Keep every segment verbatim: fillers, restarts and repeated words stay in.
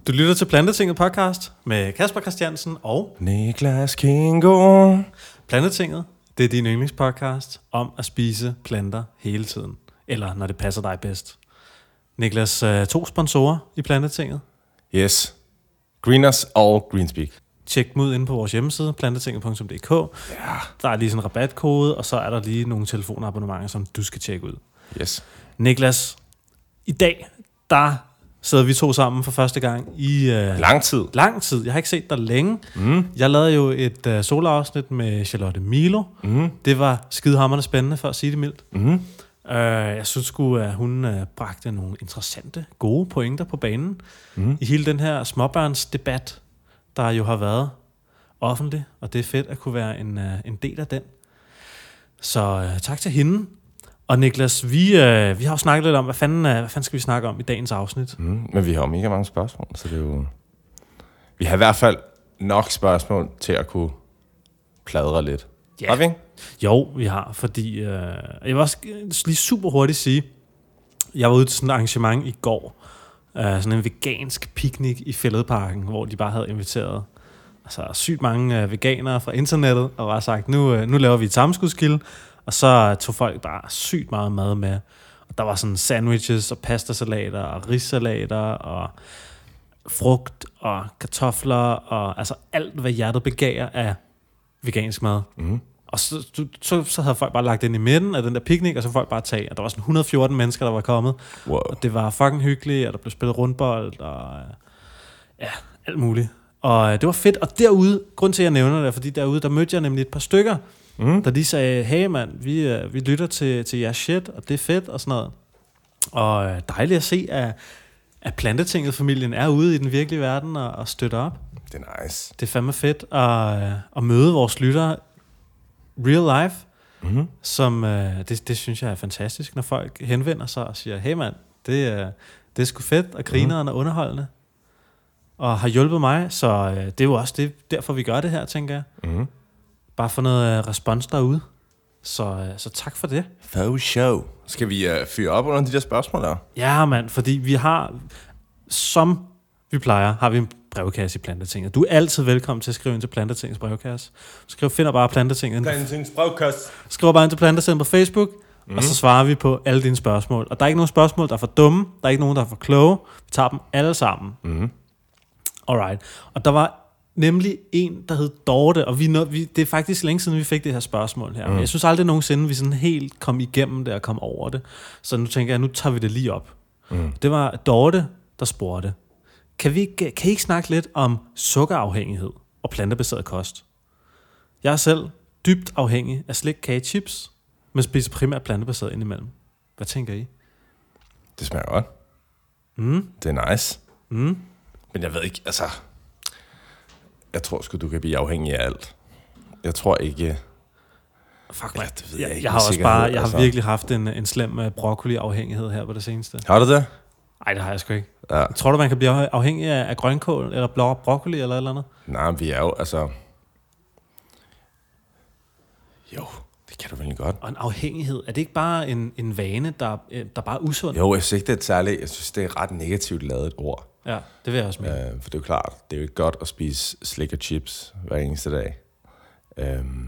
Du lytter til Plantetinget podcast med Kasper Christiansen og Niklas Kingo. Plantetinget, det er din yndlingspodcast om at spise planter hele tiden. Eller når det passer dig bedst. Niklas, to sponsorer i Plantetinget. Yes. Greeners og Greenspeak. Tjek dem ud inde på vores hjemmeside, plantetinget punktum d k. Ja. Der er lige sådan en rabatkode, og så er der lige nogle telefonabonnementer, som du skal tjekke ud. Yes. Niklas, i dag, der sidder vi to sammen for første gang i... Øh, lang tid. Lang tid. Jeg har ikke set dig længe. Mm. Jeg lavede jo et øh, soloafsnit med Charlotte Milo. Mm. Det var skidehammerende spændende, for at sige det mildt. Mm. Uh, jeg synes sgu, at hun uh, bragte nogle interessante, gode pointer på banen. Mm. I hele den her småbørnsdebat, der jo har været offentlig. Og det er fedt at kunne være en, uh, en del af den. Så uh, tak til hende. Og Niklas, vi, øh, vi har jo snakket lidt om, hvad fanden, øh, hvad fanden skal vi snakke om i dagens afsnit? Mm, men vi har jo mega mange spørgsmål, så det er jo... Vi har i hvert fald nok spørgsmål til at kunne pladre lidt. Ja. Har vi ikke? Jo, vi har, fordi... Øh, jeg vil også lige super hurtigt sige, jeg var ude til sådan et arrangement i går, øh, sådan en vegansk picnic i Fælledparken, hvor de bare havde inviteret altså, sygt mange øh, veganere fra internettet, og bare sagt, nu, øh, nu laver vi et sammenskudskilde. Og så tog folk bare sygt meget mad med. Og der var sådan sandwiches og pastasalater og rissalater og frugt og kartofler og altså alt, hvad hjertet begærer af vegansk mad. Mm. Og så, så, så havde folk bare lagt ind i midten af den der picnic, og så folk bare tage. Og der var sådan et hundrede og fjorten mennesker, der var kommet. Wow. Og det var fucking hyggeligt, og der blev spillet rundbold og ja, alt muligt. Og det var fedt. Og derude, grund til at jeg nævner det, fordi derude, der mødte jeg nemlig et par stykker, Mm. der de sagde, hey mand, vi, vi lytter til, til jeres shit, og det er fedt og sådan noget. Og dejligt at se, at, at Plantetinget-familien er ude i den virkelige verden og, og støtter op. Det er nice. Det er fandme fedt at, at møde vores lyttere real life, mm-hmm. som det, det synes jeg er fantastisk, når folk henvender sig og siger, hey mand, det er, det er sgu fedt, og grineren mm. er underholdende, og har hjulpet mig, så det er jo også det, derfor, vi gør det her, tænker jeg. Mm. Bare få noget respons derude. Så, så tak for det. For show. Skal vi uh, fyre op under de der spørgsmål der? Ja, mand, fordi vi har, som vi plejer, har vi en brevkasse i Plantetinget. Du er altid velkommen til at skrive ind til Plantetingets brevkasse. Skriv, finder bare Plantetinget. Plantetingets brevkasse. Skriv bare ind til Plantetinget på Facebook, mm. og så svarer vi på alle dine spørgsmål. Og der er ikke nogen spørgsmål, der er for dumme. Der er ikke nogen, der er for kloge. Vi tager dem alle sammen. Mm. Alright. Og der var nemlig en, der hed Dorte, og vi, nå, vi, det er faktisk længe siden, vi fik det her spørgsmål her. Mm. Men jeg synes aldrig nogensinde, vi sådan helt kom igennem det og kom over det. Så nu tænker jeg, nu tager vi det lige op. Mm. Det var Dorte, der spurgte, kan, vi, kan I ikke snakke lidt om sukkerafhængighed og plantebaseret kost? Jeg er selv dybt afhængig af slik, kage, chips, men spiser primært plantebaseret indimellem. Hvad tænker I? Det smager godt. Mm. Det er nice. Mm. Men jeg ved ikke, altså... Jeg tror sgu, du kan blive afhængig af alt. Jeg tror ikke... Fuck mig. Ja, det ved jeg, jeg, ikke jeg har også bare, jeg altså. har virkelig haft en, en slem broccoli-afhængighed her på det seneste. Har du det? Nej, det har jeg sgu ikke. Ja. Tror du, man kan blive afhængig af, af grønkål, eller blå broccoli, eller et eller andet? Nej, vi er jo, altså... Jo, det kan du vel godt. Og en afhængighed, er det ikke bare en, en vane, der, der bare er usund? Jo, jeg synes ikke, det er et særligt... Jeg synes, det er et ret negativt lavet et ord. Ja, det vil jeg også mene. Øh, for det er jo klart, det er jo ikke godt at spise slik og chips hver eneste dag. Øhm,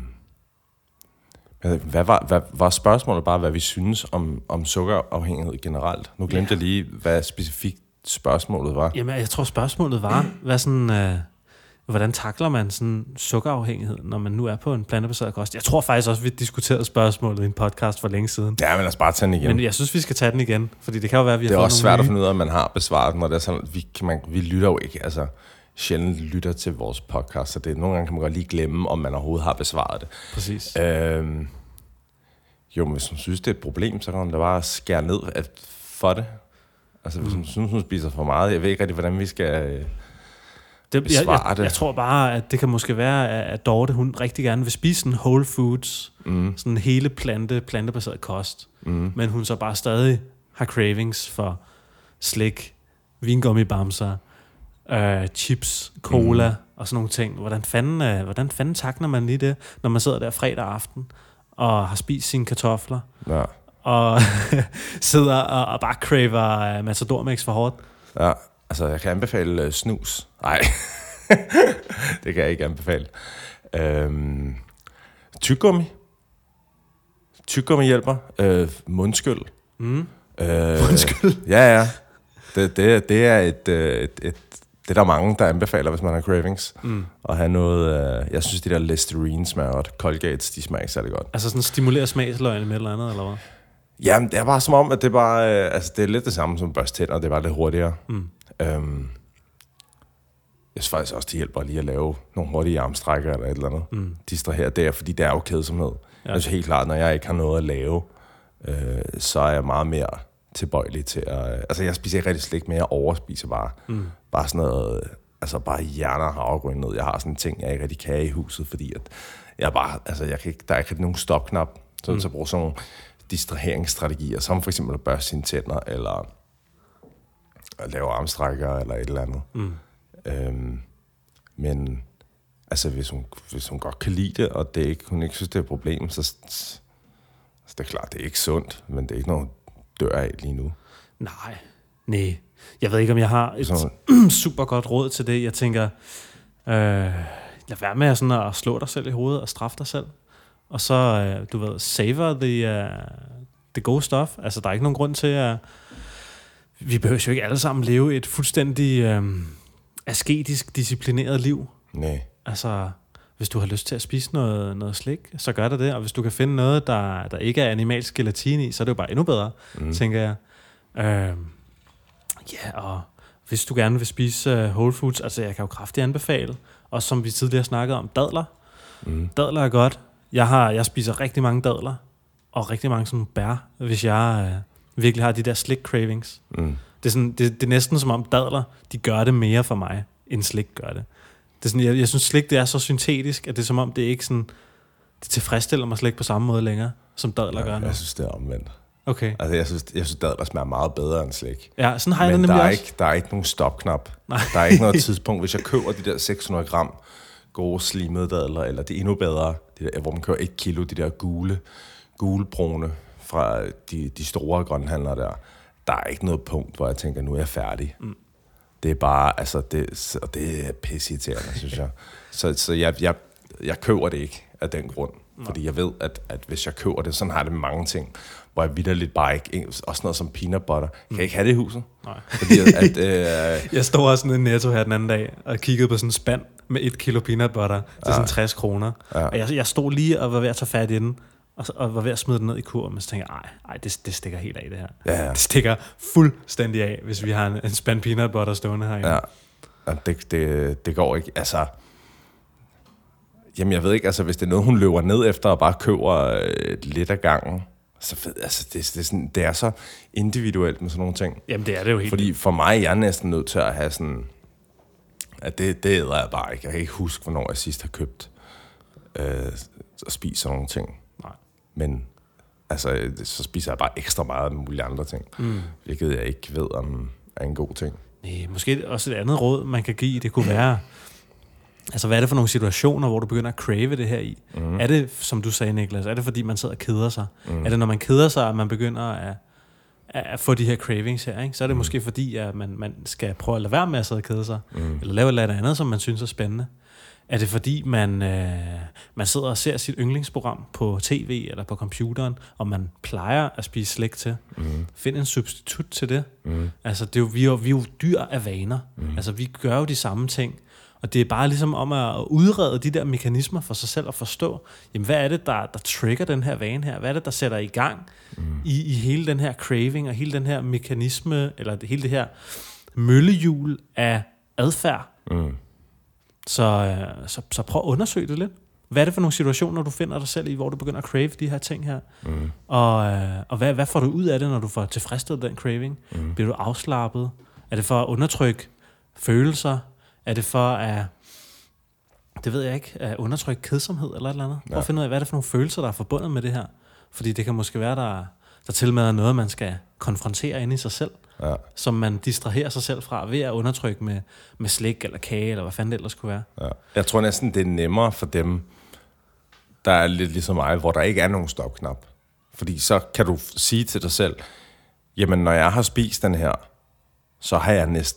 hvad var, hvad, var spørgsmålet bare, hvad vi synes om, om sukkerafhængighed generelt? Nu glemte ja. jeg lige, hvad specifikt spørgsmålet var. Jamen, jeg tror spørgsmålet var, hvad sådan, øh, hvordan takler man sådan sukkerafhængighed, når man nu er på en plantebaseret kost? Jeg tror faktisk også, vi diskuterede spørgsmålet i en podcast for længe siden. Ja, men lad os bare tage den igen. Men jeg synes, vi skal tage den igen, fordi det kan jo være, at vi har det er fået også svært nye. At finde ud af, at man har besvaret, når det er sådan, vi, kan man, vi lytter jo ikke, altså sjældent lytter til vores podcast, så det, nogle gange kan man godt lige glemme, om man overhovedet har besvaret det. Præcis. Øhm, jo, men hvis man synes, det er et problem, så kan man da bare skære ned for det. Altså, hvis man mm. synes, hun spiser for meget, jeg ved ikke rigtig, hvordan vi skal... Det, jeg, jeg, jeg tror bare, at det kan måske være, at Dorte, hun rigtig gerne vil spise sådan whole foods, mm. sådan hele plante, plantebaseret kost, mm. men hun så bare stadig har cravings for slik, vingummibamser, øh, chips, cola mm. og sådan nogle ting. Hvordan fanden, øh, hvordan fanden takner man lige det, når man sidder der fredag aften og har spist sine kartofler, ja. og sidder og, og bare craver uh, Matador Mix for hårdt? Ja. Altså, jeg kan anbefale uh, snus. Nej, det kan jeg ikke anbefale. Øhm, tyggegummi. Tyggegummi hjælper. Øh, mundskyld. Mm. Øh, Mundskyld? Ja, ja. Det, det, det er et, et, et... Det er der mange, der anbefaler, hvis man har cravings. Mm. At have noget... Øh, jeg synes, de der Listerine smager godt. Colgates, de smager ikke særlig godt. Altså sådan stimulerer smagsløgene med et eller andet, eller hvad? Jamen, det er bare som om, at det er bare... Øh, altså, det er lidt det samme som børste tænder, det er bare lidt hurtigere. Mm. Øhm, jeg synes faktisk også, det hjælper lige at lave nogle hurtige armstrækker eller et eller andet. Mm. Distrahere der, fordi det er jo kedsomhed. Ja. Jeg synes helt klart, når jeg ikke har noget at lave, øh, så er jeg meget mere tilbøjelig til at... Øh, altså, jeg spiser ikke rigtig slik, men jeg overspiser bare. Mm. Bare sådan noget... Altså, bare hjerner og havregryn ned. Jeg har sådan en ting, jeg ikke rigtig kan i huset, fordi at jeg bare... Altså, jeg kan ikke, der er ikke rigtig nogen stopknap. Så mm. så bruger sådan nogle distraheringsstrategier, som for eksempel at børste sine tænder, eller at lave armstrækker, eller et eller andet. Mm. Øhm, men altså, hvis hun, hvis hun godt kan lide det, og det ikke, hun ikke synes, det er et problem, så, så det er klart, det er ikke sundt, men det er ikke noget, hun dør af lige nu. Nej, nej. Jeg ved ikke, om jeg har et så... super godt råd til det. Jeg tænker, øh, lad være med sådan at slå dig selv i hovedet og straffe dig selv. Og så, øh, du ved, savor the, uh, the gode stuff. Altså, der er ikke nogen grund til, at vi behøver jo ikke alle sammen leve et fuldstændig øh, asketisk, disciplineret liv. Nej. Altså, hvis du har lyst til at spise noget, noget slik, så gør det det. Og hvis du kan finde noget, der, der ikke er animalsk gelatine i, så er det jo bare endnu bedre, mm. tænker jeg. Øh, ja, og hvis du gerne vil spise uh, whole foods, altså jeg kan jo kraftigt anbefale, også som vi tidligere snakkede om, dadler. Mm. Dadler er godt. Jeg, har, jeg spiser rigtig mange dadler, og rigtig mange sådan bær, hvis jeg øh, virkelig har de der slik cravings. Mm. Det, er sådan, det, det er næsten som om dadler, de gør det mere for mig, end slik gør det. Det er sådan, jeg, jeg synes slik, det er så syntetisk, at det er som om, det ikke sådan, det tilfredsstiller mig slet ikke på samme måde længere, som dadler ja, gør nu. Jeg synes, det er omvendt. Okay. Altså, jeg synes, jeg synes dadler smager meget bedre end slik. Ja, sådan har jeg Men det der nemlig er også. Ikke, der er ikke nogen stopknap. Nej. Der er ikke noget tidspunkt, hvis jeg køber de der seks hundrede gram gode slimede dadler, eller det er endnu bedre, de der, hvor man køber et kilo, de der gule, gulbrune fra de, de store grønhandlere der. Der er ikke noget punkt, hvor jeg tænker, nu er jeg færdig. Mm. Det er bare, altså, det, og det er pisseirriterende, synes jeg. Så, så jeg, jeg, jeg køber det ikke af den grund. Nå. Fordi jeg ved, at, at hvis jeg køber det, sådan har det med mange ting, hvor jeg vitterligt bare ikke, også noget som peanut butter, kan jeg ikke have det i huset. Nej. Fordi at, at øh, jeg stod også sådan en Netto her den anden dag, og kiggede på sådan en spand med et kilo peanut butter til ja. sådan tres kroner. Ja. Og jeg, jeg stod lige og var ved at tage fat i den, og, og var ved at smide den ned i kurven, men så tænkte jeg, ej, det, det stikker helt af det her. Ja, ja. Det stikker fuldstændig af, hvis vi har en, en spand peanut butter stående herinde. Ja, ja det, det, det går ikke. Altså, jamen jeg ved ikke, altså hvis det er noget, hun løber ned efter og bare køber øh, lidt af gangen, så ved, altså, det, det, er sådan, det er så individuelt med sådan nogle ting. Jamen det er det jo helt. Fordi for mig er jeg næsten nødt til at have sådan, at det, det æder jeg bare ikke. Jeg kan ikke huske, hvornår jeg sidst har købt øh, og spist sådan nogle ting. Nej. Men altså, så spiser jeg bare ekstra meget af mulige andre ting. Mm. Hvilket jeg ikke ved, om er en god ting. Nej, måske også et andet råd, man kan give, det kunne være, altså hvad er det for nogle situationer, hvor du begynder at crave det her i? Mm. Er det, som du sagde, Niklas, er det fordi, man sidder og keder sig? Mm. Er det, når man keder sig, at man begynder at, at få de her cravings her? Ikke? Så er det mm. måske fordi, at man, man skal prøve at lade være med at sidde og kede sig, mm. eller lave et eller andet, som man synes er spændende. Er det fordi, man, øh, man sidder og ser sit yndlingsprogram på tv eller på computeren, og man plejer at spise slik til? Mm. Find en substitut til det. Mm. Altså, det er jo, vi, er jo, vi er jo dyr af vaner. Mm. Altså, vi gør jo de samme ting. Og det er bare ligesom om at udrede de der mekanismer for sig selv og forstå, jamen, hvad er det, der, der trigger den her vane her? Hvad er det, der sætter i gang mm. i, i hele den her craving og hele den her mekanisme, eller det, hele det her møllehjul af adfærd? Mm. Så, så, så prøv at undersøge det lidt. Hvad er det for nogle situationer, du finder dig selv i, hvor du begynder at crave de her ting her? Mm. Og, og hvad, hvad får du ud af det, når du får tilfredsstillet den craving? Mm. Bliver du afslappet? Er det for at undertrykke følelser? Er det for at, det ved jeg ikke, at undertrykke kedsomhed eller et eller andet? Prøv at finde ud af, hvad er det for nogle følelser, der er forbundet med det her? Fordi det kan måske være, der, der til og med er noget, man skal konfrontere inde i sig selv. Ja. Som man distraherer sig selv fra ved at undertrykke med, med slik eller kage, eller hvad fanden det ellers skulle være. Ja. Jeg tror næsten, det er nemmere for dem, der er lidt ligesom mig, hvor der ikke er nogen stopknap. Fordi så kan du sige til dig selv, jamen når jeg har spist den her, så har jeg næsten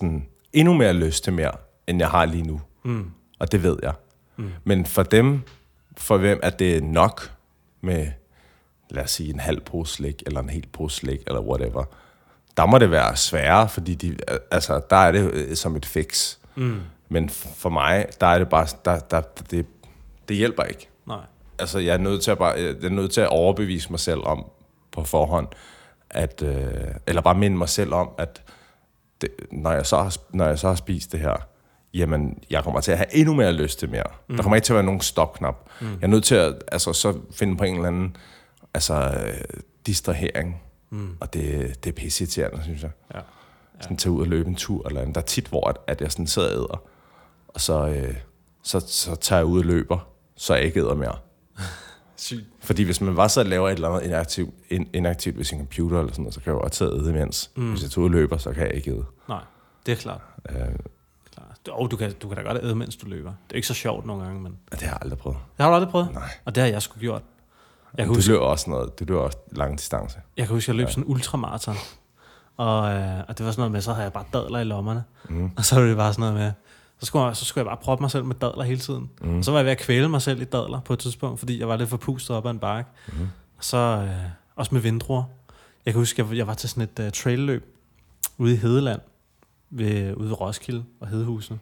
endnu mere lyst til mere, end jeg har lige nu. Mm. Og det ved jeg. Mm. Men for dem, for hvem at det er nok med, lad os sige, en halv pose slik, eller en hel pose slik, eller whatever, der må det være sværere, fordi de, altså, der er det som et fix. Mm. Men for mig, der er det bare, der, der, det, det hjælper ikke. Nej. Altså, jeg er nødt til at bare, jeg er nødt til at overbevise mig selv om på forhånd, at, øh, eller bare minde mig selv om, at det, når, jeg så har, når jeg så har spist det her, jamen, jeg kommer til at have endnu mere lyst til mere. Mm. Der kommer ikke til at være nogen stopknap. Mm. Jeg er nødt til at altså, så finde på en eller anden altså, øh, distrahering. Mm. Og det, det er pisseirriterende, synes jeg. Ja. Ja. Sådan tage ud og løbe en tur eller andet. Der er tit, hvor at, at jeg sådan sidder og æder, og så, øh, så, så tager jeg ud og løber, så jeg ikke æder mere. Sygt. Fordi hvis man bare så laver et eller andet inaktivt, inaktivt ved sin computer eller sådan noget, så kan jeg jo også tage æde imens. Mm. Hvis jeg tager ud og løber, så kan jeg ikke æde. Nej, det er klart. Øh, klart. Og du kan, du kan da godt æde, mens du løber. Det er ikke så sjovt nogle gange, men... Det har jeg aldrig prøvet. Det har du aldrig prøvet? Nej. Og det har jeg sgu gjort. Jeg du huske, løber også noget. Du løber også lang distance. Jeg kan huske, jeg løb ja. sådan en ultramaraton. Og, øh, og det var sådan noget med, så havde jeg bare dadler i lommerne. Mm. Og så var det bare sådan noget med... Så skulle, jeg, så skulle jeg bare proppe mig selv med dadler hele tiden. Mm. Og så var jeg ved at kvæle mig selv i dadler på et tidspunkt, fordi jeg var lidt forpustet op ad en bakke. Mm. Og så øh, også med vindruer. Jeg kan huske, jeg, jeg var til sådan et uh, trailløb ude i Hedeland, ved, ude ved Roskilde og Hedehusene.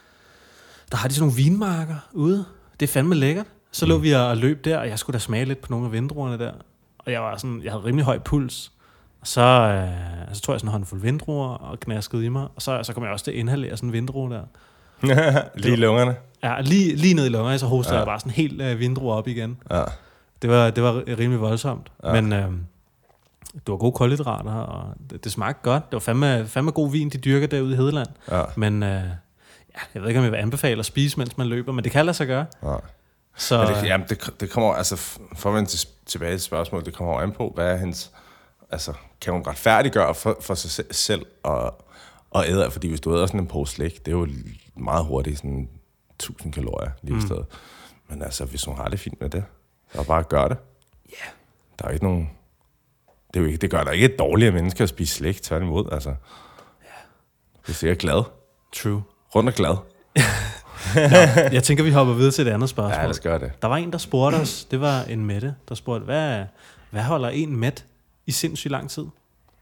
Der har de sådan nogle vinmarker ude. Det er fandme lækkert. Så mm. lå vi og løb der, og jeg skulle da smage lidt på nogle af vindruerne der. Og jeg var sådan, jeg havde rimelig høj puls. Og så, øh, så tror jeg sådan en håndfuld vindruer og knaskede i mig. Og så, så kom jeg også til at inhalere sådan en vindrue der. Lige i lungerne? Ja, lige, lige ned i lungerne, så hostede ja. jeg bare sådan helt øh, vindruer op igen. Ja. Det var, det var rimelig voldsomt. Ja. Men øh, det var gode kulhydrater, og det, det smagte godt. Det var fandme, fandme god vin, de dyrker derude i Hedeland. Ja. Men øh, ja, jeg ved ikke, om jeg vil anbefale at spise, mens man løber, men det kan lade sig gøre. Ja. Så, ja, det, jamen, det, det kommer altså, for at vende til, tilbage til spørgsmålet, det kommer an på, hvad er hendes, altså, kan hun retfærdiggøre for, for sig selv og, og æde, fordi hvis du æder sådan en pose slik, det er jo meget hurtigt, sådan tusind kalorier lige mm. stedet. Men altså, hvis hun har det fint med det, så bare gør det. Ja. Yeah. Der er ikke nogen, det, er jo ikke, det gør der ikke et dårligere menneske at spise slik, tværtimod, altså. Ja. Yeah. Hvis jeg er glad. True. Rundt og glad. Nå, jeg tænker, vi hopper videre til et andet spørgsmål. Ja, lad os gøre det. Der var en, der spurgte os, det var en Mette, der spurgte, hvad, hvad holder en mæt i sindssygt lang tid?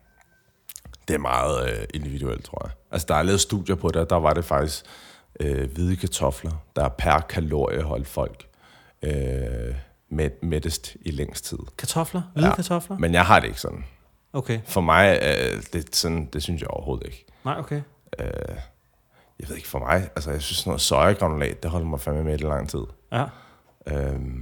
Det er meget øh, individuelt, tror jeg. Altså, der er lavet studier på det, der var det faktisk øh, hvide kartofler, der per kalorie holdt folk øh, mæt, mættest i længst tid. Kartofler? Hvide ja, kartofler? Men jeg har det ikke sådan. Okay. For mig, øh, det, sådan, det synes jeg overhovedet ikke. Nej, okay. Øh, Jeg ved ikke, for mig, altså jeg synes sådan noget sojagranulat, det holder mig fandme med i lang tid. Ja. Øhm,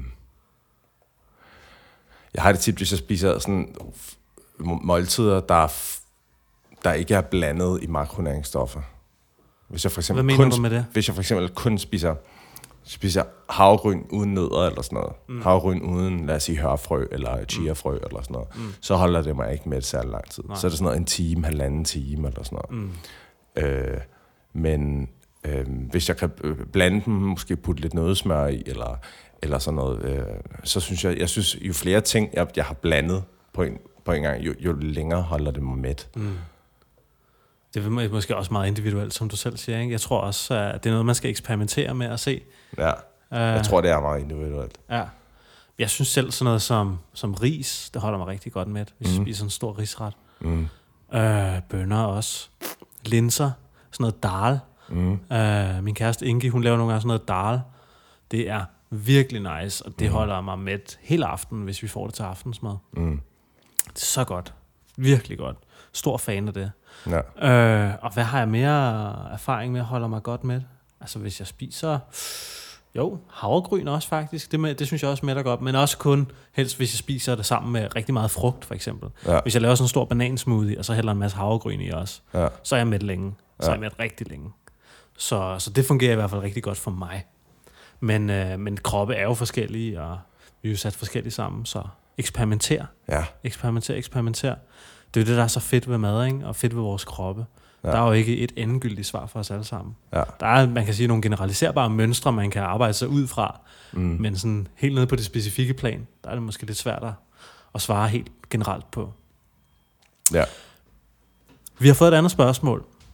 jeg har det tit, hvis jeg spiser sådan måltider, der, der ikke er blandet i makronæringsstoffer. Hvis jeg for eksempel Hvad mener kun, du med det? Hvis jeg for eksempel kun spiser, spiser havregryn uden nødder eller sådan noget, mm. havregryn uden, lad os sige, hørfrø eller chiafrø mm. eller sådan noget, mm. så holder det mig ikke med særlig lang tid. Nej. Så er det sådan noget en time, halvanden time eller sådan noget. Mm. Øh, Men øh, hvis jeg kan blande dem, måske putte lidt nøddesmør i, eller, eller sådan noget, øh, så synes jeg, jeg synes, jo flere ting, jeg, jeg har blandet på en, på en gang, jo, jo længere holder det mig mæt. Mm. Det er måske også meget individuelt, som du selv siger, ikke? Jeg tror også, at det er noget, man skal eksperimentere med at se. Ja, uh, jeg tror, det er meget individuelt. Ja. Jeg synes selv sådan noget som, som ris, det holder mig rigtig godt mæt, hvis mm. jeg spiser en stor risret. Mm. Øh, bønner også. Linser. Sådan noget dal. Mm. Uh, min kæreste Inge, hun laver nogle gange sådan noget dal. Det er virkelig nice, og det mm. holder mig mæt hele aftenen, hvis vi får det til aftensmad. Mm. Det er så godt. Virkelig godt. Stor fan af det. Ja. Uh, og hvad har jeg mere erfaring med at holde mig godt med? Altså hvis jeg spiser... Jo, havregryn også faktisk. Det, med, det synes jeg også mætter godt. Men også kun helst, hvis jeg spiser det sammen med rigtig meget frugt, for eksempel. Ja. Hvis jeg laver sådan en stor banansmoothie, og så hælder en masse havregryn i også, ja. Så er jeg mæt længe. Så er jeg mæt rigtig længe. Så, så det fungerer i hvert fald rigtig godt for mig. Men, øh, men kroppe er jo forskellige, og vi er jo sat forskelligt sammen, så eksperimenter. Ja. Eksperimenter, eksperimenter. Det er jo det, der er så fedt ved mad, ikke? Og fedt ved vores kroppe. Ja. Der er jo ikke et endegyldigt svar for os alle sammen. Ja. Der er, man kan sige, nogle generaliserbare mønstre, man kan arbejde sig ud fra, mm. men sådan helt nede på det specifikke plan, der er det måske lidt svært at svare helt generelt på. Ja. Vi har fået et andet spørgsmål.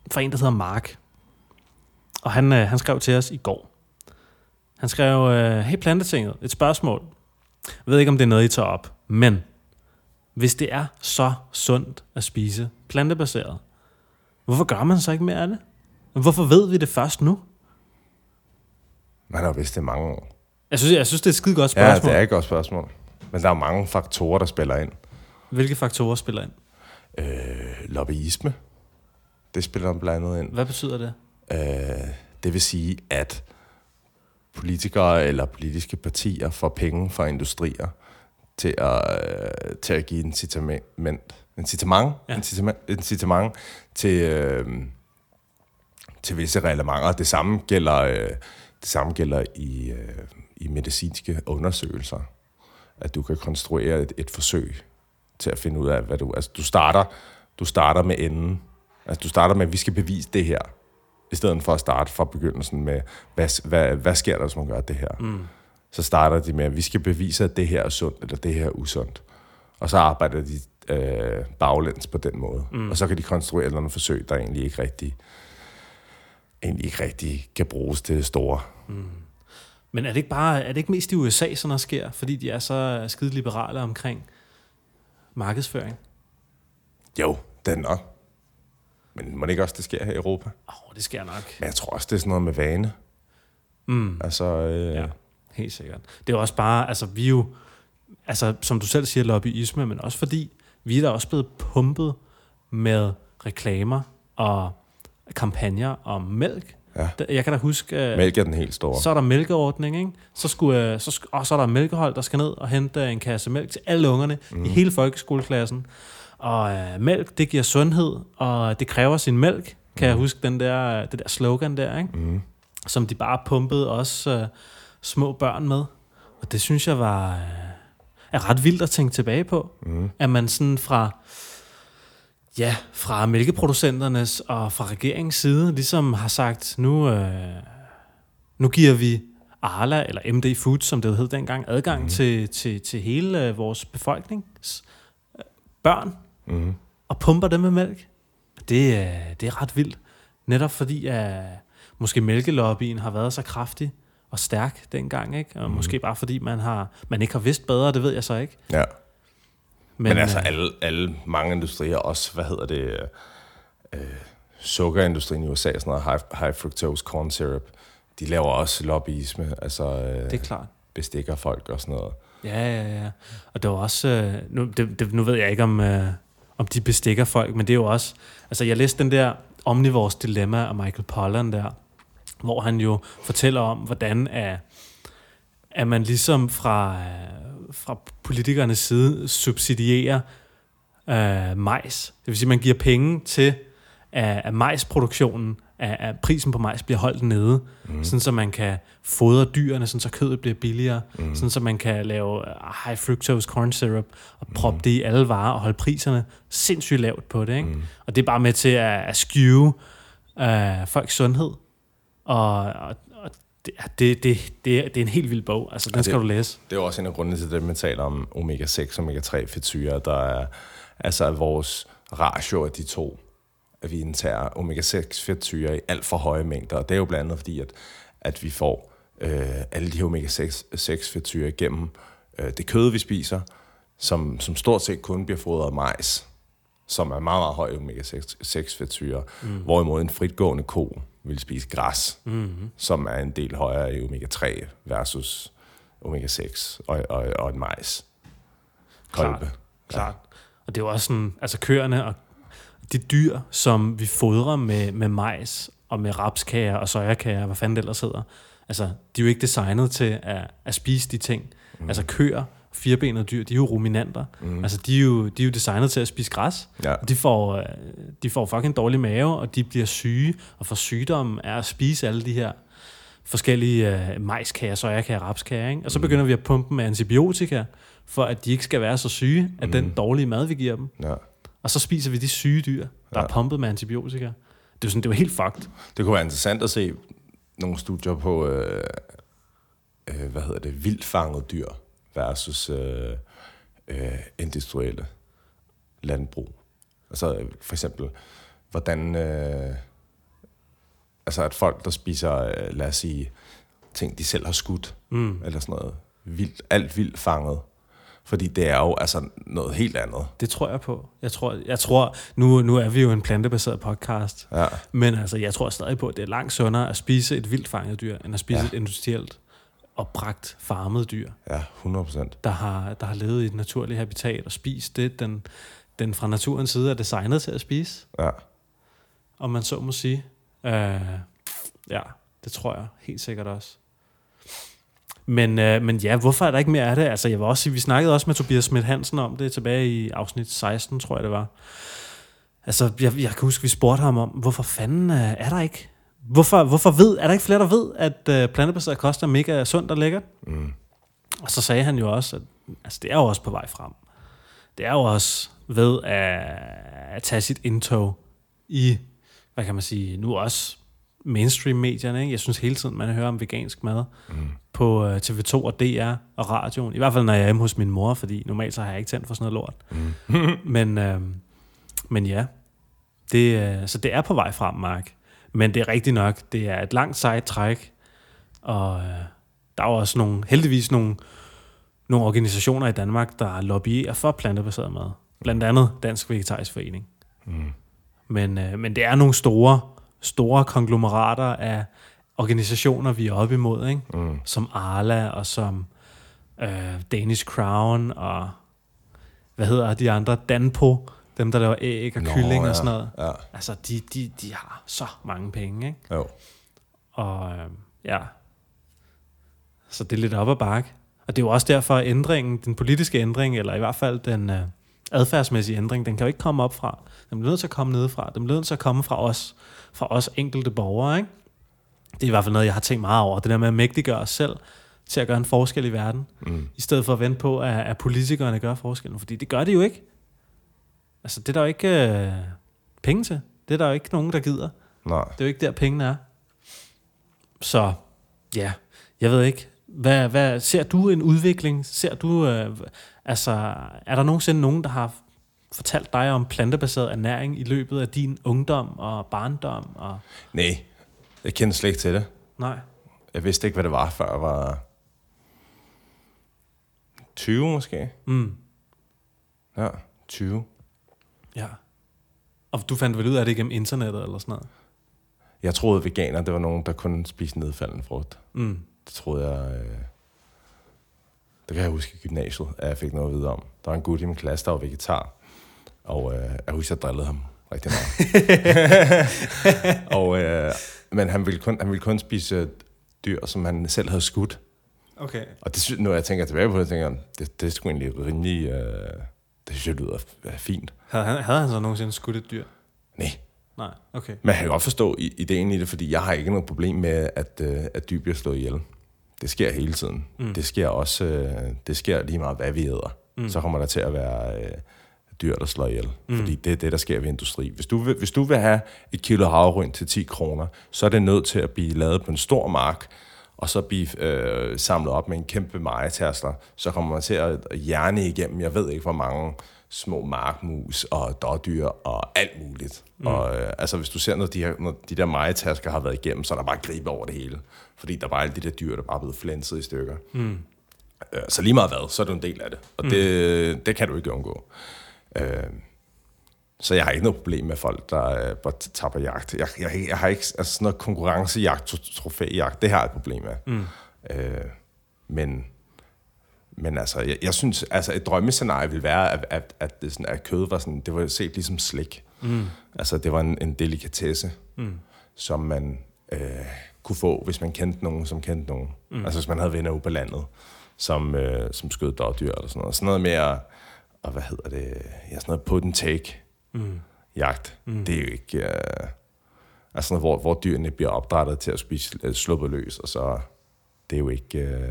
fra en, der hedder Mark. Og han, øh, han skrev til os i går. Han skrev, øh, hey Plantetinget, et spørgsmål. Jeg ved ikke, om det er noget, I tager op, men hvis det er så sundt at spise plantebaseret, hvorfor gør man så ikke mere af det? Hvorfor ved vi det først nu? Man har vidst det mange år. Jeg synes, jeg synes det er et skide godt spørgsmål. Ja, det er et godt spørgsmål. Men der er mange faktorer, der spiller ind. Hvilke faktorer spiller ind? Øh, lobbyisme. Det spiller blandt andet ind. Hvad betyder det? Øh, det vil sige, at politikere eller politiske partier får penge fra industrier til at, øh, til at give incitament, incitament, ja. incitament, incitament til, øh, til visse reglementer. Det samme gælder, øh, det samme gælder i, øh, i medicinske undersøgelser. At du kan konstruere et, et forsøg til at finde ud af, hvad du... Altså, du starter, du starter med enden. Altså, du starter med, at vi skal bevise det her, i stedet for at starte fra begyndelsen med, hvad, hvad, hvad sker der, hvis man gør det her? Mm. Så starter de med, at vi skal bevise, at det her er sundt, eller det her er usundt. Og så arbejder de øh, baglæns på den måde. Mm. Og så kan de konstruere nogle forsøg, der egentlig ikke rigtig, egentlig ikke rigtig kan bruges til det store. Mm. Men er det ikke bare, er det ikke mest i U S A, sådan noget sker, fordi de er så skide liberale omkring markedsføring? Jo, det er nok. Men må det ikke også, det sker her i Europa? Åh, oh, det sker nok. Men jeg tror også, det er sådan noget med vane. Mm. Altså, øh... ja, helt sikkert. Det er også bare, altså vi jo, altså som du selv siger, lobbyisme, men også fordi vi er da også blevet pumpet med reklamer og kampagner om mælk. Ja. Jeg kan da huske... Mælk er den helt store. Så er der mælkeordning, ikke? Så skulle, så, og så er der mælkehold, der skal ned og hente en kasse mælk til alle ungerne mm. i hele folkeskoleklassen. Og øh, mælk, det giver sundhed, og det kræver sin mælk. Kan mm. jeg huske den der, det der slogan der, ikke? Mm. Som de bare pumpede også øh, små børn med. Og det synes jeg var øh, er ret vildt at tænke tilbage på. Mm. At man sådan fra... Ja, fra mælkeproducenternes og fra regeringens side ligesom har sagt, nu, øh, nu giver vi Arla, eller M D Foods, som det hed dengang, adgang mm. til, til, til hele øh, vores befolknings øh, børn, mm. og pumper dem med mælk. Det, øh, det er ret vildt. Netop fordi, at øh, måske mælkelobbyen har været så kraftig og stærk dengang, ikke? Og mm. måske bare fordi, man, har, man ikke har vidst bedre, det ved jeg så ikke. Ja. Men, Men altså alle, alle mange industrier også, hvad hedder det, øh, sukkerindustrien i U S A, sådan noget high, high fructose corn syrup, de laver også lobbyisme, altså øh, det er klart. Bestikker folk og sådan noget. Ja, ja, ja. Og det var også, øh, nu, det, det, nu ved jeg ikke om, øh, om de bestikker folk, men det er jo også, altså jeg læste den der Omnivores Dilemma af Michael Pollan der, hvor han jo fortæller om, hvordan er, er man ligesom fra... Øh, fra politikernes side subsidierer øh, majs. Det vil sige, at man giver penge til, at, at majsproduktionen, at, at prisen på majs bliver holdt nede, mm. sådan så man kan fodre dyrene, sådan så kødet bliver billigere, mm. sådan så man kan lave high fructose corn syrup og proppe mm. det i alle varer og holde priserne sindssygt lavt på det. Ikke? Mm. Og det er bare med til at, at skewe øh, folks sundhed. Og, og Det, det, det, det er en helt vild bog. Altså, den ja, skal det, du læse. Det er også en af grundene til det, man taler om omega seks og omega tre fedtsyrer, der er altså vores ratio af de to, at vi indtager omega seks fedtsyrer i alt for høje mængder. Og det er jo blandt andet fordi, at, at vi får øh, alle de her omega seks fedtsyrer igennem øh, det kød, vi spiser, som, som stort set kun bliver fodret af majs, som er meget, meget høj omega seks fedtsyrer, mm. hvorimod en fritgående ko vil spise græs, mm-hmm. som er en del højere i omega tre versus omega seks og, og, og en majs. Kolbe. Klart, klart. Og det er jo også sådan, altså køerne og de dyr, som vi fodrer med, med majs og med rapskager og sojakager, hvad fanden det ellers hedder, altså de er jo ikke designet til at, at spise de ting. Mm. Altså køer, firebenede dyr, de er jo ruminanter. Mm. Altså, de er, jo, de er jo designet til at spise græs. Ja. De, får, de får fucking dårlig mave, og de bliver syge, og får sygdom af at spise alle de her forskellige uh, majskager, sojakager, rapskager, ikke? Og så mm. begynder vi at pumpe med antibiotika, for at de ikke skal være så syge af mm. den dårlige mad, vi giver dem. Ja. Og så spiser vi de syge dyr, der ja. er pumpet med antibiotika. Det er jo sådan, det var helt fucked. Det kunne være interessant at se nogle studier på, øh, øh, hvad hedder det, vildfanget dyr versus øh, øh, industrielle landbrug. Altså for eksempel, hvordan, øh, altså at folk, der spiser, øh, lad os sige, ting, de selv har skudt, mm. eller sådan noget, vildt, alt vildt fanget. Fordi det er jo altså noget helt andet. Det tror jeg på. Jeg tror, jeg tror nu, nu er vi jo en plantebaseret podcast, ja. men altså, jeg tror stadig på, at det er langt sundere at spise et vildt fanget dyr, end at spise ja. et industrielt opbragt, farmet dyr. Ja, hundrede procent. Der har, der har levet i et naturligt habitat og spist det, den, den fra naturens side er designet til at spise. Ja. Om man så må sige. Uh, ja, det tror jeg helt sikkert også. Men, øh, men ja, hvorfor er der ikke mere af det? Altså, jeg vil også sige, vi snakkede også med Tobias Schmidt Hansen om det tilbage i afsnit seksten, tror jeg det var. Altså, jeg, jeg kan huske, vi spurgte ham om, hvorfor fanden øh, er der ikke? Hvorfor, hvorfor ved, er der ikke flere, der ved, at øh, plantebaseret kost er mega sundt og lækkert? Mm. Og så sagde han jo også, at altså, det er jo også på vej frem. Det er jo også ved at, at tage sit indtog i, hvad kan man sige, nu også mainstream-medierne, ikke? Jeg synes hele tiden, man hører om vegansk mad mm. på uh, T V to og D R og radioen. I hvert fald, når jeg er hjemme hos min mor, fordi normalt så har jeg ikke tændt for sådan noget lort. Mm. men, uh, men ja, det, uh, så det er på vej frem, Mark. Men det er rigtigt nok, det er et langt sejt træk, og uh, der er også nogle, heldigvis nogle, nogle organisationer i Danmark, der lobbyerer for plantebaseret mad. Blandt andet Dansk Vegetarisk Forening. Mm. Men, uh, men det er nogle store store konglomerater af organisationer, vi er oppe imod, ikke? Mm. Som Arla og som øh, Danish Crown og hvad hedder de andre? Danpo, dem der laver æg og Nå, kylling ja, og sådan noget. Ja. Altså, de, de, de har så mange penge, ikke? Jo. Og øh, ja, så det er lidt op ad bakke. Og det er jo også derfor, at ændringen, den politiske ændring, eller i hvert fald den øh, adfærdsmæssige ændring, den kan jo ikke komme op fra. Den bliver nødt til at komme nedefra. Den bliver nødt til at komme fra os, fra os enkelte borgere, ikke? Det er i hvert fald noget, jeg har tænkt meget over. Det der med at mægtiggøre os selv til at gøre en forskel i verden, mm. i stedet for at vente på, at, at politikerne gør forskellen. Fordi det gør de jo ikke. Altså, det er der jo ikke øh, penge til. Det er der jo ikke nogen, der gider. Nej. Det er jo ikke der, pengene er. Så, ja, jeg ved ikke. Hvad, hvad, ser du en udvikling? Ser du, øh, altså, er der nogensinde nogen, der har fortalt dig om plantebaseret ernæring i løbet af din ungdom og barndom? Og Nej, jeg kender slet ikke til det. Nej. Jeg vidste ikke, hvad det var, før jeg var tyve måske. Mm. Ja, tyve. Ja. Og du fandt vel ud af det gennem internettet eller sådan noget? Jeg troede, veganer, det var nogen, der kun spiste nedfaldende frugt. Mm. Det troede jeg... Øh... Det kan jeg huske i gymnasiet, at jeg fik noget at vide om. Der var en gut i min klasse, der var vegetar. Og øh, jeg husker, jeg drillede ham rigtig meget. og, øh, men han ville, kun, han ville kun spise dyr, som han selv havde skudt. Okay. Og det, når jeg tænker tilbage på det, tænker jeg, det, det er sgu egentlig rimelig... Øh, det synes jeg lyder fint. Havde han, havde han så nogensinde skudt et dyr? Nej. Nej, okay. Men jeg kan godt forstå ideen i det, fordi jeg har ikke noget problem med, at, at dyr bliver slået ihjel. Det sker hele tiden. Mm. Det sker også, det sker lige meget, hvad vi æder. Mm. Så kommer der til at være øh, dyr, der slår ihjel. Mm. Fordi det er det, der sker ved industri. Hvis du vil, hvis du vil have et kilo havregryn til ti kroner, så er det nødt til at blive lavet på en stor mark, og så blive øh, samlet op med en kæmpe mejetærsler. Så kommer man til at hjerne igennem, jeg ved ikke, hvor mange små markmus og dårdyr og alt muligt. Mm. Og øh, altså, hvis du ser, når de, her, når de der majetasker har været igennem, så er der bare gribe over det hele. Fordi der var alle de der dyr, der bare er blevet flænset i stykker. Mm. Øh, så lige meget hvad, så er du en del af det. Og mm. det, det kan du ikke undgå. Øh, så jeg har ikke noget problem med folk, der øh, bare tager på jagt. Jeg, jeg, jeg har ikke altså sådan noget konkurrencejagt, trofæjagt. Det har jeg et problem med. Mm. Øh, men... Men altså, jeg, jeg synes, altså et drømmescenarie ville være, at, at, at, det sådan, at kød var sådan, det var set ligesom slik. Mm. Altså, det var en, en delikatesse, mm. som man øh, kunne få, hvis man kendte nogen, som kendte nogen. Mm. Altså, hvis man havde venner ude på landet, som, øh, som skød dårdyr eller sådan noget. Sådan noget mere, og hvad hedder det, ja, sådan noget put and take mm. jagt. Mm. Det er jo ikke, øh, altså noget, hvor, hvor dyrene bliver opdrættet til at spise øh, sluppet løs, og så, det er jo ikke... Øh,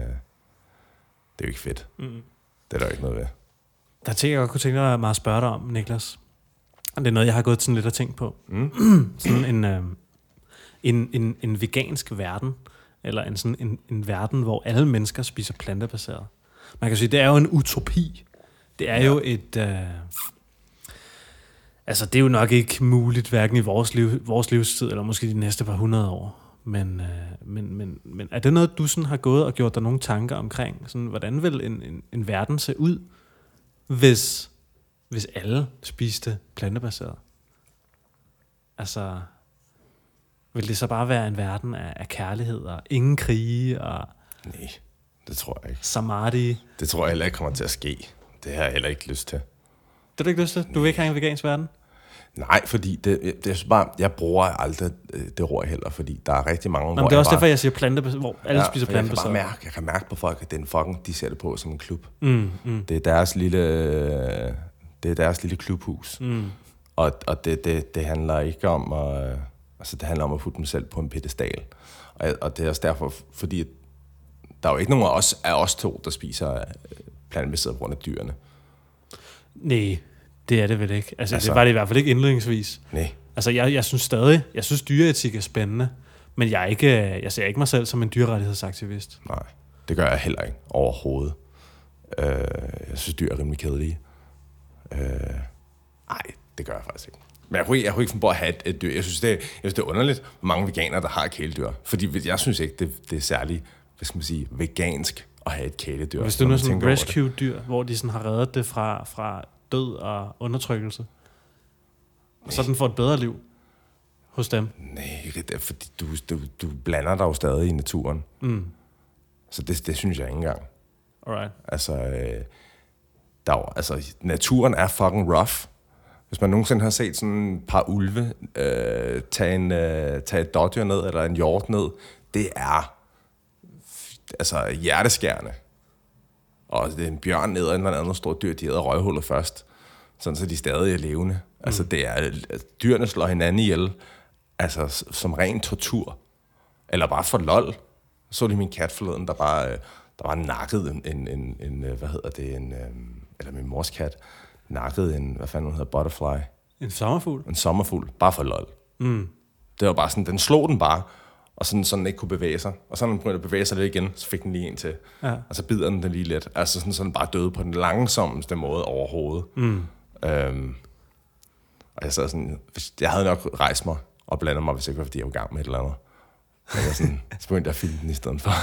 Det er jo ikke fedt. Mm. Det er der ikke noget ved. Der er ting, jeg godt kunne tænke mig at spørge dig om, Niklas. Og det er noget, jeg har gået sådan lidt og tænkt på. Mm. sådan en, øh, en, en, en vegansk verden, eller en, sådan en, en verden, hvor alle mennesker spiser plantebaseret. Man kan sige, det er jo en utopi. Det er ja. jo et... Øh, Altså, det er jo nok ikke muligt, hverken i vores, liv, vores livstid, eller måske de næste par hundrede år. Men, øh, men, men, men er det noget, du sådan har gået og gjort dig nogle tanker omkring? Sådan, hvordan vil en, en, en verden se ud, hvis, hvis alle spiste plantebaseret? Altså, vil det så bare være en verden af, af kærlighed og ingen krige og... Nej, det tror jeg ikke. Samadhi? Det tror jeg heller ikke kommer til at ske. Det har jeg heller ikke lyst til. Det har du ikke lyst til? Du vil ikke have en vegansk verden? Nej, fordi det, det er bare, jeg bruger aldrig det ord heller, fordi der er rigtig mange... Nå, men det er også bare, derfor, jeg siger plantebaseret, hvor alle ja, spiser plantebaseret. Jeg kan bare mærke, jeg kan mærke på folk, at den fucking, de ser det på som en klub. Mm, mm. Det er deres lille, det er deres lille klubhus. Mm. Og, og det, det, det handler ikke om at, altså det handler om at putte dem selv på en pedestal. Og, og det er også derfor, fordi der er jo ikke nogen af os, af os to, der spiser plantebaseret på grund af dyrene. Nej, det er det vel ikke. Altså, altså det var det i hvert fald ikke indledningsvis. Nej. Altså, jeg, jeg synes stadig, jeg synes dyreetik er spændende, men jeg, er ikke, jeg ser ikke mig selv som en dyrerettighedsaktivist. Nej, det gør jeg heller ikke overhovedet. Øh, jeg synes, dyr er rimelig kedelige. Øh, nej, det gør jeg faktisk ikke. Men jeg kunne ikke, jeg kunne ikke finde på at have et, et dyr. Jeg synes, det er, jeg synes, det er underligt, hvor mange veganere, der har kæledyr. Fordi jeg synes ikke, det, det er særlig, hvad skal man sige, vegansk at have et kæledyr. Hvis du nu sådan en rescue-dyr, hvor de sådan har reddet det fra, fra død og undertrykkelse, og så den får et bedre liv hos dem. Nej, det er fordi, du, du, du blander dig jo stadig i naturen. Mm. Så det, det synes jeg ikke engang. Alright. Altså, øh, der er jo, altså, naturen er fucking rough. Hvis man nogensinde har set sådan et par ulve øh, tage, en, øh, tage et dårdyr ned, eller en hjort ned, det er altså hjerteskærende. Og det er en bjørn ned, og en eller anden stor dyr, de æder røghullet først, sådan så de stadig er levende. Mm. Altså, det er, dyrene slår hinanden ihjel, altså som ren tortur. Eller bare for lol. Så det min kat forleden, der bare, der bare nakkede en, en, en, en, hvad hedder det, en, eller min mors kat, nakkede en, hvad fanden hun hedder, butterfly. En sommerfugl? En sommerfugl, bare for lol. Mm. Det var bare sådan, den slog den bare, og sådan, sådan den ikke kunne bevæge sig. Og så når den begyndte at bevæge sig lidt igen, så fik den lige en til. Ja. Og så bider den den lige lidt. Altså sådan, så den bare døde på den langsomste måde overhovedet. Mm. Øhm, og jeg sad sådan, jeg havde nok rejst mig og blandet mig, hvis ikke var, fordi jeg var i gang med et eller andet. Men jeg sådan, så begyndte jeg at filme den i stedet for.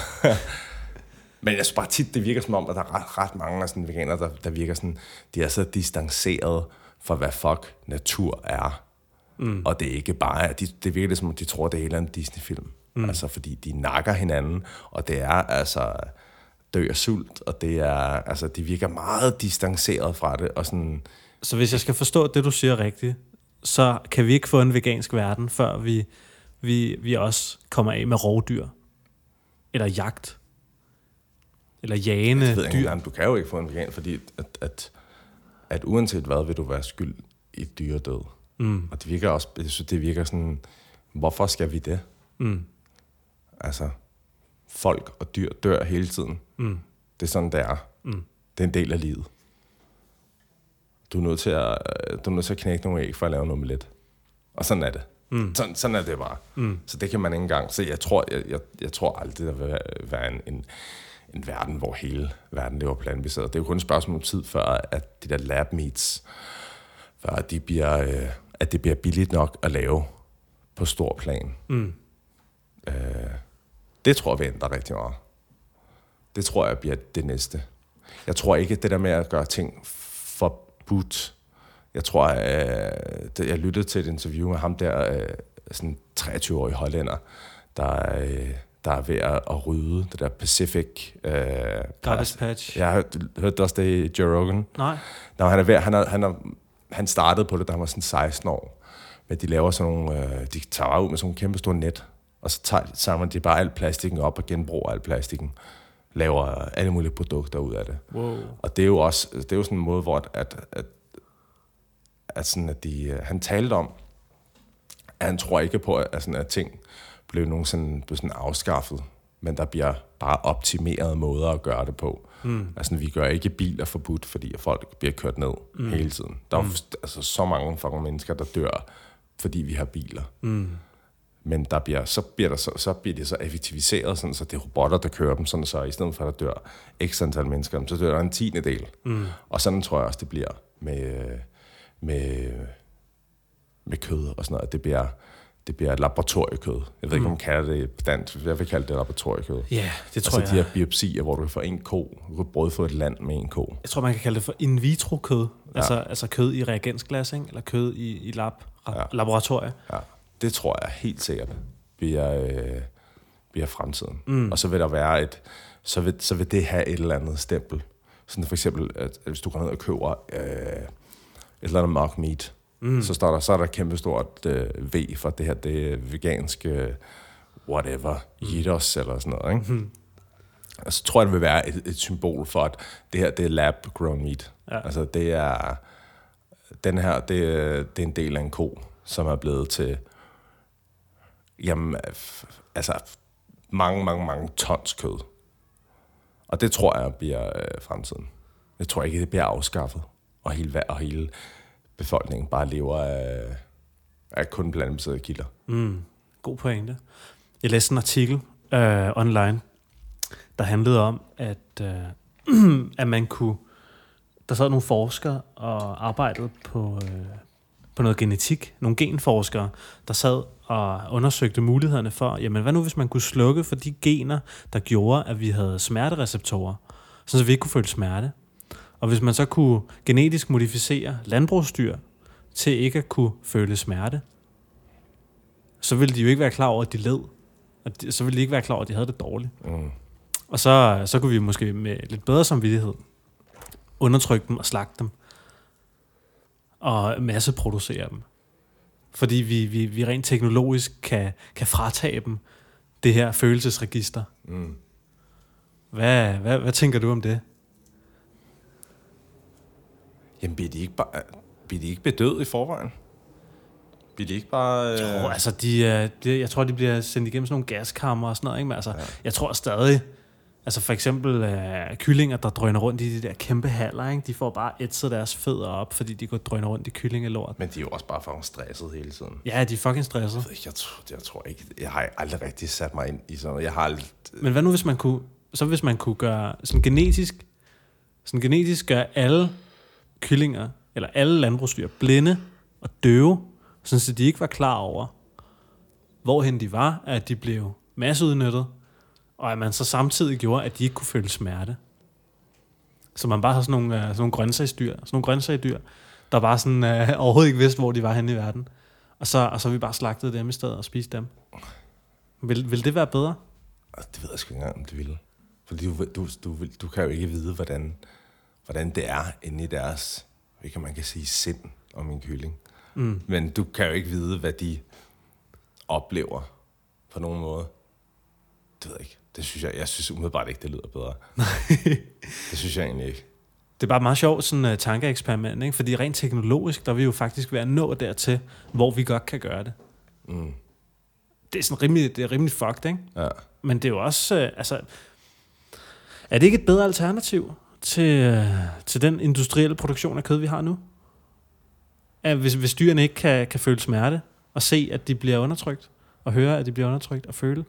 Men jeg synes bare tit, det virker som om, at der er ret, ret mange af sådan veganer, der, der virker sådan, de er så distanceret fra, hvad fuck natur er. Mm. Og det er ikke bare, de, det virker som om, de tror, det er hele en Disney-film. Mm. Altså, fordi de nakker hinanden, og det er altså dø af sult, og det er, altså, de virker meget distanceret fra det, og sådan... Så hvis jeg skal forstå det, du siger rigtigt, så kan vi ikke få en vegansk verden, før vi, vi, vi også kommer af med rovdyr. Eller jagt. Eller jagende jeg ved dyr. Ikke, du kan jo ikke få en vegan, fordi at, at, at uanset hvad, vil du være skyld i dyredød. Mm. Og det virker også, jeg synes, det virker sådan, hvorfor skal vi det? Mm. Altså, folk og dyr dør hele tiden. Mm. Det er sådan, det er. Mm. Det er en del af livet. Du er nødt til at, du er nødt til at knække nogle æg for at lave en omelet. Og sådan er det. Mm. Sådan, sådan er det bare. Mm. Så det kan man ikke engang. Så jeg tror, jeg, jeg, jeg tror aldrig, der vil være en, en, en verden, hvor hele verden lever plantebaseret. Det er jo kun et spørgsmål om tid, før at de der lab meats, før at, de bliver, øh, at det bliver billigt nok at lave på stor plan. Mm. Øh, det tror jeg vil ændre rigtig meget. Det tror jeg bliver det næste. Jeg tror ikke, det der med at gøre ting forbudt. Jeg tror, at jeg lyttede til et interview med ham der, sådan treogtyve-årig hollænder, der, der er ved at rydde det der Pacific... Uh, Garbage Patch. Jeg har hørt også det i Joe Rogan. Nej. Nå, han, er ved, han, er, han, er, han startede på det, da han var sådan seksten år. Men de laver sådan nogle... Uh, de tager ud med sådan nogle kæmpe store net, og så tager, samler de bare al plastikken op og genbruger al plastikken. Laver alle mulige produkter ud af det. Wow. Og det er jo også det er jo sådan en måde, hvor at, at, at, sådan, at de, han talte om, at han tror ikke på, at, sådan, at ting blev nogensinde blev sådan afskaffet, men der bliver bare optimerede måder at gøre det på. Mm. Altså, vi gør ikke biler forbudt, fordi folk bliver kørt ned mm. hele tiden. Der er mm. altså, så mange fucking mennesker, der dør, fordi vi har biler. Mm. Men der bliver, så, bliver der så, så bliver det så effektiviseret, sådan, så det er robotter, der kører dem, sådan, så i stedet for, at der dør x antal mennesker, så dør der en tiende del. Mm. Og sådan tror jeg også, det bliver med, med, med kød og sådan noget. Det bliver, det bliver laboratoriekød. Jeg ved ikke, mm. om man kalder det på dansk. Jeg vil kalde det laboratoriekød. Ja, yeah, det tror altså jeg. Altså de her biopsier, hvor du får en ko. Du kan brødføde et land med en ko. Jeg tror, man kan kalde det for in vitro kød. Ja. Altså, altså kød i reagensglas, ikke? Eller kød i, i lab, ja. laboratorie. Ja, det tror jeg helt sikkert bliver, øh, bliver fremtiden. Mm. Og så vil der være et... Så vil, så vil det have et eller andet stempel. Sådan for eksempel, at hvis du går ned og køber øh, et eller andet mock meat, mm. så, står der, så er der et kæmpe stort øh, V for det her, det er veganske whatever, Jitos eller sådan noget, ikke? Mm. Og så tror jeg, det vil være et, et symbol for, at det her, det er lab-grown meat. Ja. Altså, det er... Den her, det, det er en del af en ko, som er blevet til... Jamen, altså... Mange, mange, mange tons kød. Og det tror jeg bliver øh, fremtiden. Jeg tror ikke, det bliver afskaffet. Og hele, og hele befolkningen bare lever af, af kun plantebaserede kilder. Mm, god pointe. Jeg læste en artikel øh, online, der handlede om, at, øh, at man kunne... Der sad nogle forskere og arbejdede på, øh, på noget genetik. Nogle genforskere, der sad og undersøgte mulighederne for, jamen hvad nu hvis man kunne slukke for de gener, der gjorde, at vi havde smertereceptorer, så vi ikke kunne føle smerte. Og hvis man så kunne genetisk modificere landbrugsdyr til ikke at kunne føle smerte, så ville de jo ikke være klar over, at de led. Og de, så ville de ikke være klar over, at de havde det dårligt. Mm. Og så, så kunne vi måske med lidt bedre samvittighed undertrykke dem og slagte dem. Og masseproducere dem. Fordi vi, vi, vi rent teknologisk kan, kan fratage dem det her følelsesregister. Mm. Hvad, hvad, hvad tænker du om det? Jamen, bliver de ikke, bare, bliver de ikke bedøvet i forvejen? Bliver de ikke bare... Øh... Jo, altså, de, de, jeg tror, de bliver sendt igennem sådan nogle gaskammer og sådan noget, ikke? Men altså, ja. Jeg tror stadig... Altså for eksempel øh, kyllinger, der drøner rundt i de der kæmpe haller, ikke? De får bare ætset deres fødder op, fordi de går drøner rundt i kyllingelort. Men de er jo også bare fucking stresset hele tiden. Ja, de er fucking stresset. Jeg, jeg, tror, jeg tror ikke... Jeg har aldrig rigtig sat mig ind i sådan noget. Jeg har aldrig... Men hvad nu, hvis man kunne... Så hvis man kunne gøre sådan genetisk... Sådan genetisk gøre alle kyllinger, eller alle landbrugsdyr, blinde og døve, sådan så de ikke var klar over, hvorhen de var, at de blev masseudnyttet, og at man så samtidig gjorde, at de ikke kunne føle smerte. Så man bare har sådan nogle, uh, sådan nogle grøntsagsdyr, sådan nogle grøntsagsdyr, der bare sådan, uh, overhovedet ikke vidste, hvor de var henne i verden. Og så, og så har vi bare slagtet dem i stedet og spist dem. Vil, vil det være bedre? Det ved jeg sgu ikke engang, om det ville. Fordi du, du, du, du kan jo ikke vide, hvordan, hvordan det er inde i deres, hvilket man kan sige, sind om en kylling. Mm. Men du kan jo ikke vide, hvad de oplever på nogen måde. Det ved jeg ikke. Det synes jeg, jeg synes umiddelbart ikke, det lyder bedre. Det synes jeg egentlig ikke. Det er bare meget sjovt, sådan et uh, tankeeksperiment, ikke? Fordi rent teknologisk, der er vi jo faktisk ved at nå dertil, hvor vi godt kan gøre det. Mm. Det er sådan rimelig, det er rimelig fucked, ikke? Ja. Men det er jo også, uh, altså... Er det ikke et bedre alternativ til, uh, til den industrielle produktion af kød, vi har nu? At hvis, hvis dyrene ikke kan, kan føle smerte, og se, at de bliver undertrykt, og høre, at de bliver undertrykt, og føle?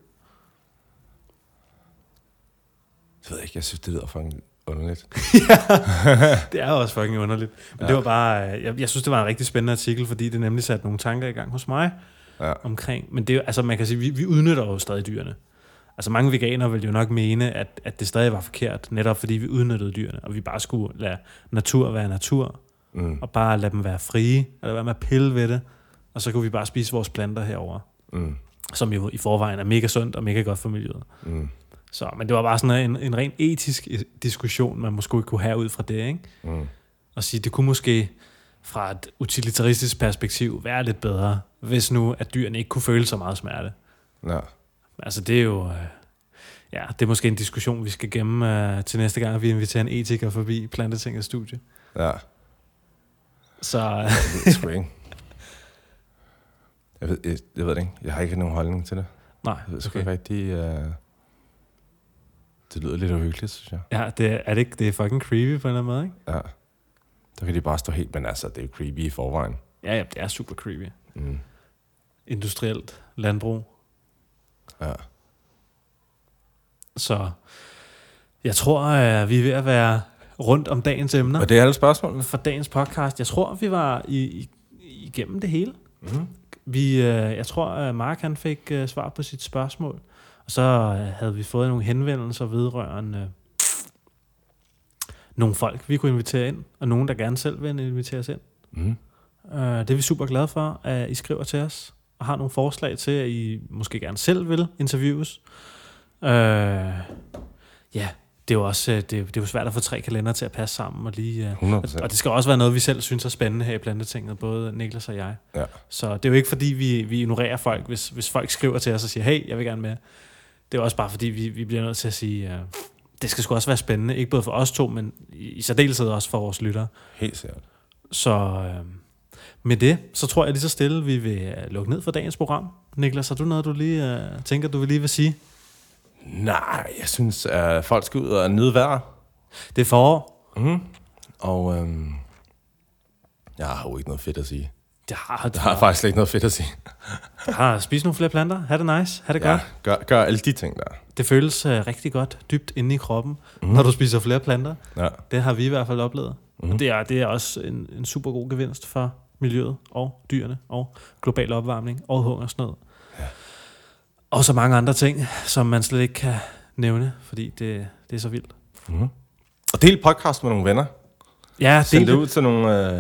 Det ved jeg ikke, jeg synes, det lyder fucking underligt. Ja, det er også fucking underligt. Men ja. Det var bare, jeg, jeg synes, det var en rigtig spændende artikel, fordi det nemlig satte nogle tanker i gang hos mig, ja. Omkring. Men det er altså, man kan sige, vi, vi udnytter jo stadig dyrene. Altså mange veganere vil jo nok mene, at, at det stadig var forkert, netop fordi vi udnyttede dyrene, og vi bare skulle lade natur være natur, mm. og bare lade dem være frie, eller være med at pille ved det, og så kunne vi bare spise vores planter herover, mm. som jo i forvejen er mega sundt og mega godt for miljøet. Mm. Så, men det var bare sådan en, en ren etisk diskussion, man måske kunne have ud fra det, ikke? Mm. Og sige, det kunne måske fra et utilitaristisk perspektiv være lidt bedre, hvis nu, at dyrene ikke kunne føle så meget smerte. Ja. Altså, det er jo... Ja, det er måske en diskussion, vi skal gemme uh, til næste gang, vi inviterer en etiker forbi Plantetingets studie. Ja. Så... jeg ved sgu ikke. Jeg ved, jeg, jeg ved det ikke. Jeg har ikke nogen holdning til det. Nej, jeg ved sgu okay. ikke rigtig... Uh... Det lyder lidt uhyggeligt, synes jeg. Ja, det er det ikke. Det er fucking creepy på en eller anden måde, ikke? Ja. Der kan de bare stå helt... Men altså, det er jo creepy i forvejen. Ja, ja, det er super creepy. Mm. Industrielt landbrug. Ja. Så jeg tror, at vi er ved at være rundt om dagens emner. Og det er alle spørgsmålene? For dagens podcast. Jeg tror, vi var i, i, igennem det hele. Mm. Vi, øh, jeg tror, at Mark han fik øh, svar på sit spørgsmål, og så øh, havde vi fået nogle henvendelser vedrørende øh, nogle folk, vi kunne invitere ind, og nogen, der gerne selv vil invitere os ind. Mm. Øh, det er vi super glade for, at I skriver til os, og har nogle forslag til, at I måske gerne selv vil interviews. Øh, ja, det er jo også det, det er jo svært at få tre kalender til at passe sammen, og lige, hundrede procent. og det skal også være noget, vi selv synes er spændende her i Plantetinget, både Niklas og jeg. Ja. Så det er jo ikke fordi, vi, vi ignorerer folk, hvis, hvis folk skriver til os og siger, hey, jeg vil gerne med. Det er også bare fordi, vi, vi bliver nødt til at sige, uh, det skal sgu også være spændende, ikke både for os to, men i, i særdeleshed også for vores lyttere. Helt sikkert. Så uh, med det, så tror jeg lige så stille, vi vil uh, lukke ned for dagens program. Niklas, har du noget, du lige uh, tænker, du vil lige vil sige? Nej, jeg synes, at folk skal ud og nyde vejr. Det er forår. Mm. Og øhm, jeg har jo ikke noget fedt at sige. Det har Jeg har faktisk slet ikke noget fedt at sige. har spist nogle flere planter. Ha' det nice. Ha' det Ja, godt. gør, gør alle de ting der. Det føles uh, rigtig godt dybt inde i kroppen, Mm. når du spiser flere planter. Ja. Det har vi i hvert fald oplevet. Mm. Og det er, det er også en, en super god gevinst for miljøet og dyrene og global opvarmning og hungersnød. Ja. Og så mange andre ting, som man slet ikke kan nævne, fordi det, det er så vildt. Mm. Og del podcast med nogle venner. Ja, Send del det det. ud til nogle... Øh,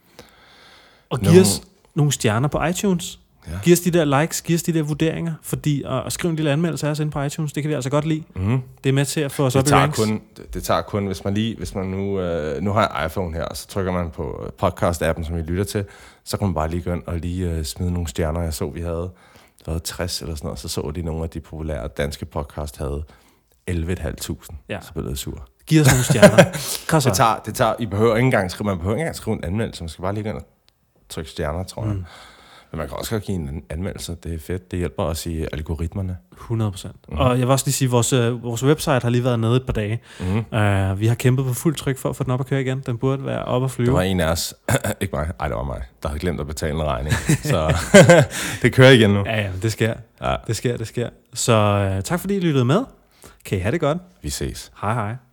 Og giv nogle- os nogle stjerner på iTunes. Ja. Giv os de der likes, giv os de der vurderinger, fordi, og, og skriv en lille anmeldelse af os inde på iTunes, det kan vi altså godt lide. mm. Det er med til at få os Det op i tager ranks. kun, det, det tager kun, hvis man lige, hvis man nu, øh, nu har jeg iPhone her, og så trykker man på podcast-appen, som I lytter til, så kan man bare lige gå ind og lige øh, smide nogle stjerner. Jeg så, vi havde, der havde tres eller sådan noget, så så de nogle af de populære danske podcast havde elleve tusind fem hundrede. Ja. Så blev det sur. Giv os nogle stjerner. Kom så. Det tager, det tager, I behøver ikke engang skrive, man behøver ikke engang skrive en anmeldelse, man skal bare lige gå ind og trykke stjerner, tror jeg. Mm. Men man kan også godt give en anmeldelse, det er fedt, det hjælper os i algoritmerne. hundrede procent. Mhm. Og jeg vil også lige sige, at vores, øh, vores website har lige været nede et par dage. Mm. Uh, vi har kæmpet på fuld tryk for at få den op at køre igen. Den burde være op at flyve. Det var en af os, ikke mig, ej det var mig, der havde glemt at betale en regning, så det kører igen nu. Ja, ja, det sker. Ja. Det sker, det sker. Så uh, tak fordi I lyttede med. Kan I have det godt. Vi ses. Hej hej.